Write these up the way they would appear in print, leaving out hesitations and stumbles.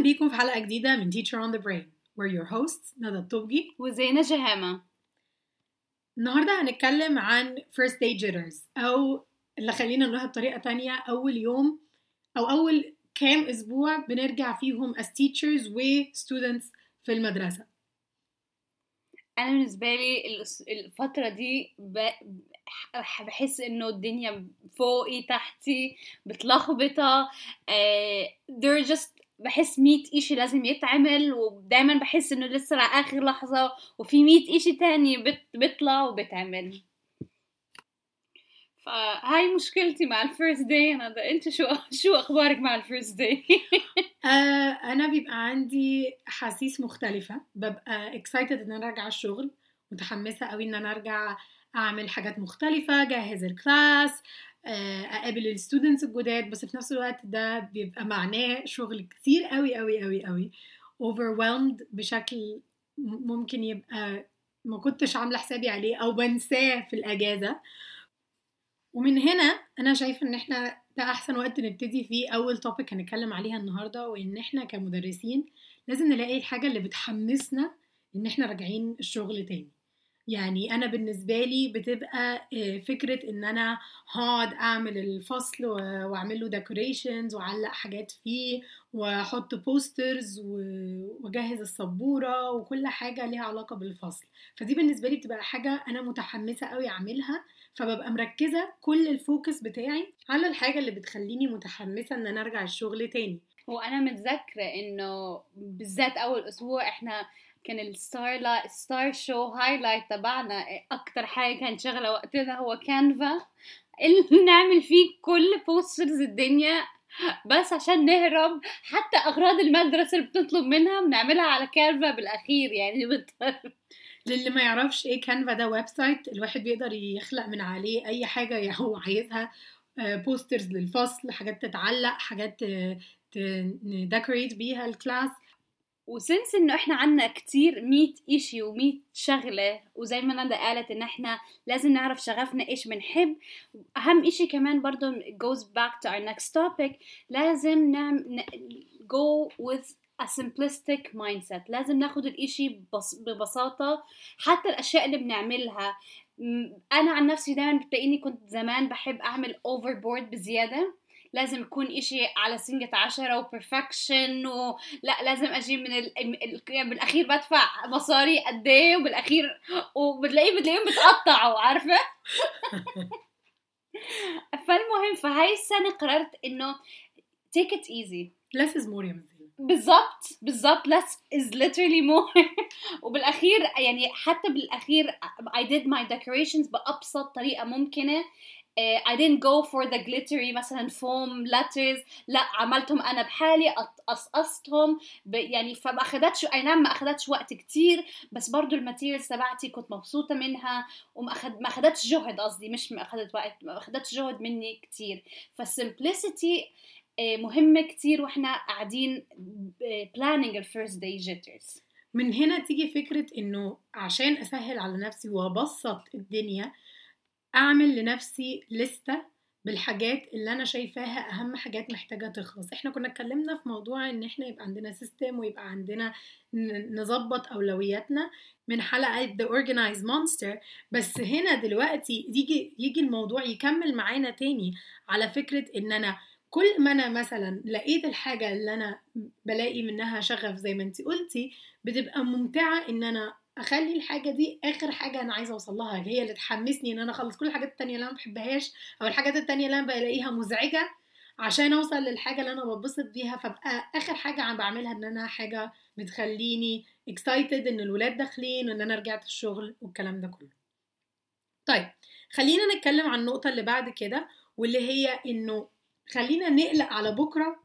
بيكم في حلقة جديدة من Teacher on the Brain. We're your hosts ندى الطبجي وزينة جهامة. النهاردة هنتكلم عن first day jitters أو اللي خلينا نقولها بطريقة تانية أول يوم أو أول كام أسبوع بنرجع فيهم as teachers و students في المدرسة. أنا بالنسبة لي الفترة دي بحس إنه الدنيا فوقي تحتي بتلخبطة. they're just بحس 100 إشي لازم يتعمل، ودايما بحس إنه لسه لآخر لحظة وفي 100 إشي تاني بيطلع وبتعمل. فهاي مشكلتي مع الفيرست داي. انت شو اخبارك مع الفيرست داي؟ انا بيبقى عندي حاسيس مختلفة، ببقى excited ان انا ارجع الشغل، متحمسة قوي ان انا ارجع اعمل حاجات مختلفة، جهز الكلاس، اقابل الستودنتس الجداد، بس في نفس الوقت ده بيبقى معناه شغل كتير قوي قوي قوي قوي، overwhelmed بشكل ممكن يبقى ما كنتش عاملة حسابي عليه او بنساه في الاجازة. ومن هنا انا شايفه ان احنا ده احسن وقت نبتدي فيه اول توبيك هنتكلم عليها النهارده، وان احنا كمدرسين لازم نلاقي الحاجه اللي بتحمسنا ان احنا راجعين الشغل تاني. يعني انا بالنسبه لي بتبقى فكره ان انا هقعد اعمل الفصل واعمل له ديكوريشنز واعلق حاجات فيه واحط بوسترز واجهز السبوره وكل حاجه ليها علاقه بالفصل. فدي بالنسبه لي بتبقى حاجه انا متحمسه قوي اعملها، فببقى مركزه كل الفوكس بتاعي على الحاجه اللي بتخليني متحمسه ان انا ارجع الشغل تاني. وانا متذكره انه بالذات اول اسبوع احنا كان الستار شو هايلايت تبعنا، اكتر حاجه كانت شغله وقتنا هو كانفا اللي نعمل فيه كل بوسترز الدنيا، بس عشان نهرب حتى اغراض المدرسه اللي بتطلب منها بنعملها على كانفا بالاخير. يعني للي ما يعرفش ايه كانفا، ده ويب سايت الواحد بيقدر يخلق من عليه اي حاجه هو عايزها، بوسترز للفصل، حاجات تتعلق، حاجات نديكوريت بيها الكلاس. وسنس انه احنا عنا كتير 100 اشي و100 شغلة، وزي ما ندى قالت ان احنا لازم نعرف شغفنا ايش بنحب. اهم اشي كمان برضو goes back to our next topic، لازم go with a simplistic mindset. لازم ناخد الاشي ببساطة، حتى الاشياء اللي بنعملها. انا عن نفسي دايما بتلاقيني كنت زمان بحب اعمل overboard بزيادة، لازم يكون إشي على سنجة 10 وبرفكشن، ولا لازم أجيب من بالأخير بدفع مصاري قد إيه، وبالأخير وبتلاقيهم بتقطعوا، عارفة؟ فالمهم فهاي السنة قررت إنه take it easy. less is more. بالضبط less is literally more. وبالأخير يعني حتى بالأخير I did my decorations بأبسط طريقة ممكنة. I didn't go for the glittery مثلا foam letters، لا عملتهم أنا بحالي، قصقصتهم يعني فما أخدتش، أي نعم ما أخدتش وقت كتير، بس برضو الماتيريالز تبعتي كنت مبسوطة منها، وما أخدتش جهد، قصدي مش ما أخدت وقت، ما أخدتش جهد مني كتير. فالسمبlicity مهمة كتير وإحنا قاعدين planning الفيرست داي jitters. من هنا تيجي فكرة إنه عشان أسهل على نفسي وأبسط الدنيا أعمل لنفسي لستة بالحاجات اللي أنا شايفاها أهم حاجات محتاجة تخلص. إحنا كنا اتكلمنا في موضوع إن إحنا يبقى عندنا سيستم ويبقى عندنا نظبط أولوياتنا من حلقة The Organized Monster، بس هنا دلوقتي يجي الموضوع يكمل معانا تاني على فكرة إن أنا كل ما أنا مثلا لقيت الحاجة اللي أنا بلاقي منها شغف زي ما انتي قلتي، بتبقى ممتعة إن أنا اخلي الحاجه دي اخر حاجه انا عايزه اوصل لها، هي اللي تحمسني ان انا اخلص كل الحاجات التانية اللي انا ما بحبهاش او الحاجات التانية اللي انا بلاقيها مزعجه عشان اوصل للحاجه اللي انا ببسط بيها. فبقى اخر حاجه عم بعملها ان انا حاجه بتخليني excited ان الولاد داخلين وان انا رجعت الشغل والكلام ده كله. طيب خلينا نتكلم عن النقطه اللي بعد كده، واللي هي انه خلينا نقلق على بكره.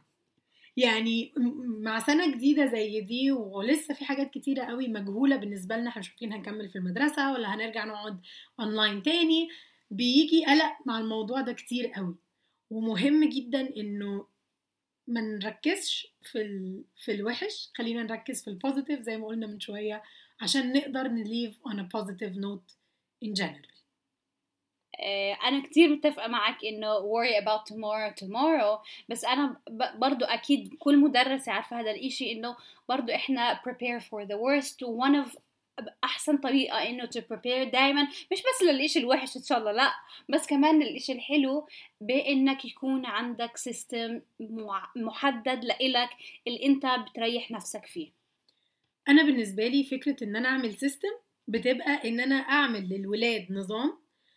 يعني مع سنة جديدة زي دي ولسه في حاجات كتيرة قوي مجهولة بالنسبة لنا، احنا مش عارفين هنكمل في المدرسة ولا هنرجع نقعد اونلاين تاني، بيجي قلق مع الموضوع ده كتير قوي. ومهم جدا انه ما نركزش في الوحش، خلينا نركز في البوزيتيف زي ما قلنا من شوية عشان نقدر نليف on a positive note in general. أنا كتير متفقة معك إنه worry about tomorrow. بس أنا برضو أكيد كل مدرسة عارفة هذا الإشي، إنه برضو إحنا prepare for the worst. و one of أحسن طريقة إنه to prepare دايما مش بس للإشي الوحش إن شاء الله، لأ، بس كمان للإشي الحلو، بإنك يكون عندك سيستم محدد لإلك اللي أنت بتريح نفسك فيه. انا بالنسبه لي فكره ان انا اعمل سيستم بتبقى ان انا اعمل للولاد نظام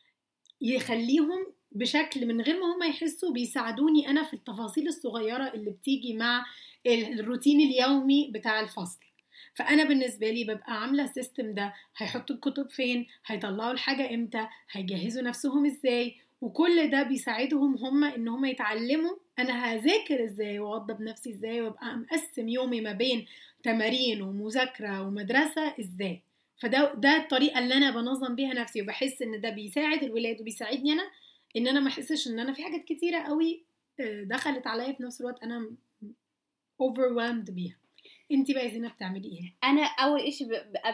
يخليهم بشكل من غير ما هم يحسوا بيساعدوني انا في التفاصيل الصغيره اللي بتيجي مع الروتين اليومي بتاع الفصل. فانا بالنسبه لي ببقى عامله سيستم ده هيحطوا الكتب فين، هيطلعوا الحاجه امتى، هيجهزوا نفسهم ازاي، وكل ده بيساعدهم هم ان هم يتعلموا انا هذاكر ازاي واوضب نفسي ازاي، وابقى مقسم يومي ما بين تمارين ومذاكره ومدرسه ازاي. فده الطريقه اللي انا بنظم بيها نفسي، وبحس ان ده بيساعد الولاد وبيساعدني انا ان انا ما احسش ان انا في حاجات كتيره قوي دخلت عليا في نفس الوقت انا overwhelmed بيها. انتي بقى زينة بتعملي ايه؟ انا اول اشي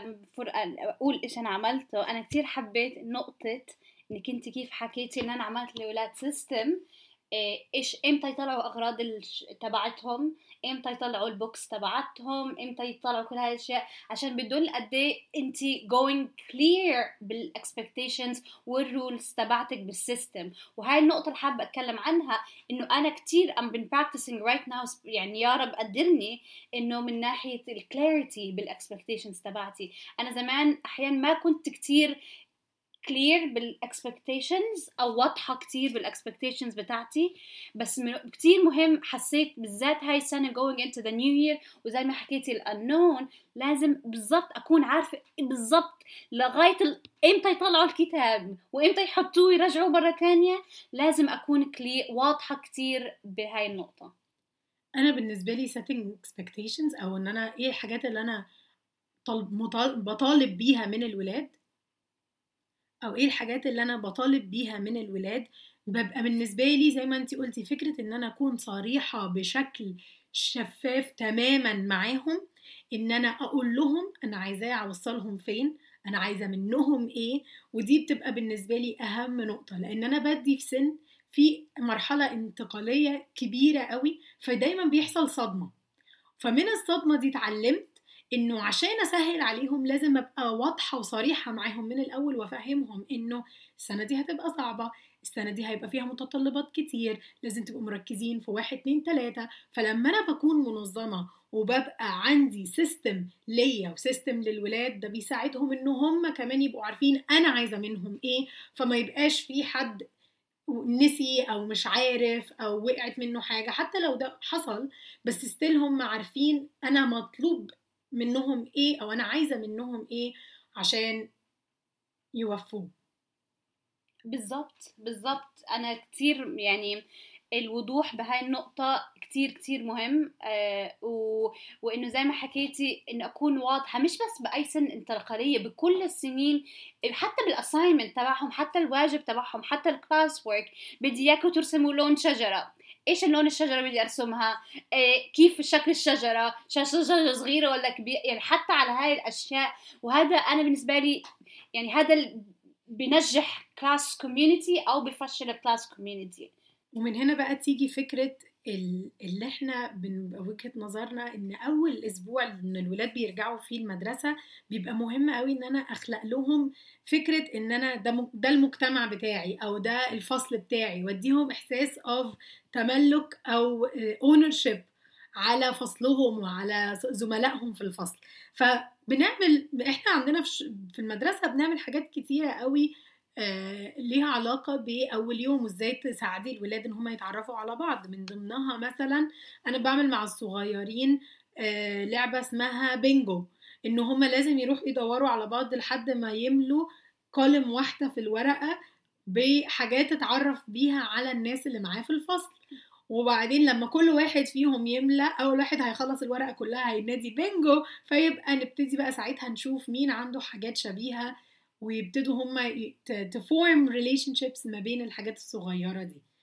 اقول ايش انا عملته، انا كتير حبيت نقطة انك انت كيف حكيتي ان انا عملت لولاد سيستم ايش امتى يطلعوا اغراض تبعتهم، امتى يطلعوا البوكس تبعتهم، امتى يطلعوا كل هاي الاشياء، عشان بدل قد ايه انت going clear بالاكسبكتيشنز والرولز تبعتك بالسيستم. وهاي النقطة اللي حابة اتكلم عنها، انه انا كتير I'm been practicing right now، يعني يا رب قدرني انه من ناحية الكلاريتي بالاكسبكتيشنز تبعتي. انا زمان احيانا ما كنت كتير clear بالاكسبكتيشنز او واضحه كتير بالاكسبكتيشنز بتاعتي، بس كتير مهم حسيت بالذات هاي السنه going into the new year، وزي ما حكيتي الانون لازم بالضبط اكون عارفه بالضبط لغايه امتى يطلعوا الكتاب وامتى يحطوه يرجعوه مره تانية، لازم اكون واضحه كتير بهاي النقطه. انا بالنسبه لي setting expectations او ان انا ايه الحاجات اللي انا بطالب بيها من الولاد، او ايه الحاجات اللي انا بطالب بيها من الولاد، ببقى بالنسبه لي زي ما انتي قلتي فكره ان انا اكون صريحه بشكل شفاف تماما معاهم، ان انا اقول لهم انا عايزاه اوصلهم فين، انا عايزه منهم ايه. ودي بتبقى بالنسبه لي اهم نقطه، لان انا بدي في سن في مرحله انتقاليه كبيره قوي، فدايما بيحصل صدمه. فمن الصدمة دي اتعلمت انه عشان اسهل عليهم لازم ابقى واضحة وصريحة معاهم من الاول، وافهمهم انه السنة دي هتبقى صعبة، السنة دي هيبقى فيها متطلبات كتير، لازم تبقوا مركزين في 1 2 3. فلما انا بكون منظمة وببقى عندي سيستم ليا وسيستم للولاد، ده بيساعدهم ان هم كمان يبقوا عارفين انا عايزة منهم ايه، فما يبقاش في حد نسي او مش عارف او وقعت منه حاجة. حتى لو ده حصل بس ستيل هم عارفين انا مطلوب منهم ايه او انا عايزة منهم ايه عشان يوفوه. بالضبط انا كتير يعني الوضوح بهاي النقطة كتير كتير مهم. وإنه زي ما حكيتي إنه أكون واضحة مش بس بأي سن انتقالية، بكل السنين، حتى بالأسايمنت تبعهم، حتى الواجب تبعهم، حتى الكلاس وورك. بدي إياكم ترسموا لون شجرة، إيش اللون الشجرة بدي أرسمها، كيف شكل الشجرة، شجرة صغيرة ولا كبيرة، يعني حتى على هاي الأشياء. وهذا أنا بالنسبة لي يعني هذا بنجح كلاس كوميونيتي أو بفشل كلاس كوميونيتي. ومن هنا بقى تيجي فكرة اللي احنا وجهة نظرنا ان اول اسبوع ان الولاد بيرجعوا فيه المدرسة بيبقى مهم قوي ان انا اخلق لهم فكرة ان انا ده المجتمع بتاعي او ده الفصل بتاعي، واديهم احساس of تملك او ownership على فصلهم وعلى زملائهم في الفصل. فبنعمل احنا عندنا في المدرسة بنعمل حاجات كتيرة قوي ليها علاقة بأول يوم وإزاي تساعدي الولاد إن هم يتعرفوا على بعض. من ضمنها مثلا أنا بعمل مع الصغيرين لعبة اسمها بينجو، إن هم لازم يروحوا يدوروا على بعض لحد ما يملوا كولم واحدة في الورقة بحاجات تتعرف بيها على الناس اللي معاه في الفصل. وبعدين لما كل واحد فيهم يملأ، أول واحد هيخلص الورقة كلها هينادي بينجو، فيبقى نبتدي بقى ساعتها نشوف مين عنده حاجات شبيهة، ويبتدوا هما تفورم relationships ما بين الحاجات الصغيرة دي.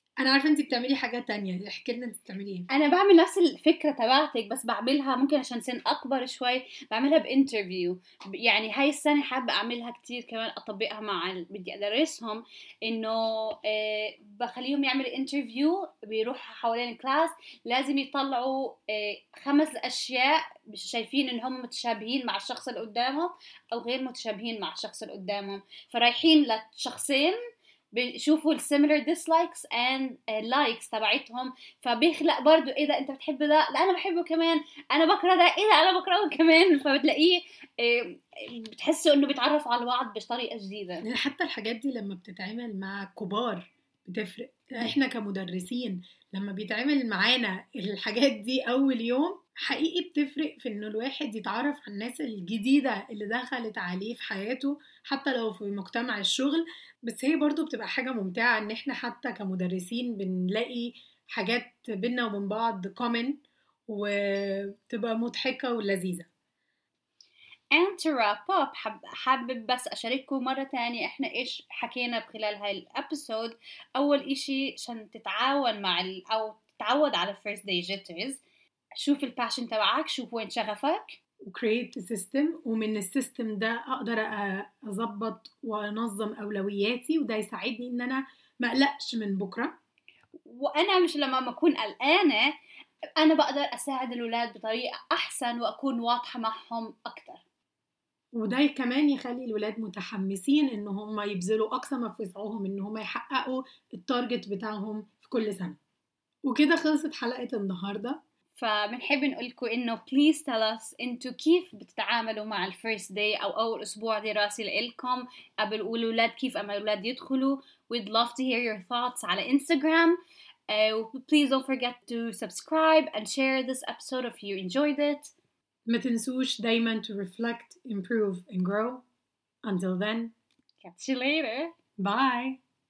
انا عارفه انت بتعملي حاجه تانية، احكي لنا انت بتعملي ايه. انا بعمل نفس الفكره تبعتك، بس بعملها ممكن عشان سن اكبر شوي، بعملها بانترفيو. يعني هاي السنه حابه اعملها كتير كمان، اطبقها مع بدي ادرسهم، انه بخليهم يعملوا انترفيو، بيروحوا حوالين الكلاس، لازم يطلعوا 5 اشياء شايفين ان هم متشابهين مع الشخص اللي قدامهم او غير متشابهين مع الشخص اللي قدامهم. فرايحين لشخصين بيشوفوا السيميلر dislikes and likes تبعتهم، فبيخلق برضو ايه ده انت بتحب ده، لا انا بحبه كمان، انا بكره ده، ايه ده انا بكرهه كمان. فبتلاقيه بتحسوا انه بيتعرفوا على بعض بطريقه جديده. يعني حتى الحاجات دي لما بتتعمل مع كبار بتفرق. احنا كمدرسين لما بيتعمل معانا الحاجات دي اول يوم حقيقي بتفرق في انه الواحد يتعرف على الناس الجديدة اللي دخلت عليه في حياته، حتى لو في مجتمع الشغل. بس هي برضو بتبقى حاجة ممتعة ان احنا حتى كمدرسين بنلاقي حاجات بينا وبين بعض common، وتبقى مضحكة ولذيذة. and to wrap up حابب بس أشارككم مرة تانية إحنا إيش حكينا بخلال هاي الأبيسود. أول إشي عشان تتعاون مع أو تتعود على first day jitters، شوف الباشن تبعك، شوف وين شغفك، وكريت سيستم، ومن السيستم ده اقدر اظبط وانظم اولوياتي، وده يساعدني ان انا ما اقلقش من بكره. وأنا مش لما بكون قلقانة أنا بقدر أساعد الولاد بطريقة أحسن وأكون واضحة معهم أكتر. وده كمان يخلي الولاد متحمسين ان هم يبذلوا اقصى ما في وسعهم ان هم يحققوا التارجت بتاعهم في كل سنه. وكده خلصت حلقه النهارده. فبنحب نقولكم إنه please tell us أنتوا كيف بتتعاملوا مع الفيرست داي أو أول أسبوع دراسي لإلكم، قبل والولاد كيف أما الولاد يدخلوا. we'd love to hear your thoughts على Instagram. Please don't forget to subscribe and share this episode if you enjoyed it. ما تنسوش دايما to reflect, improve and grow. Until then, Catch you later. bye.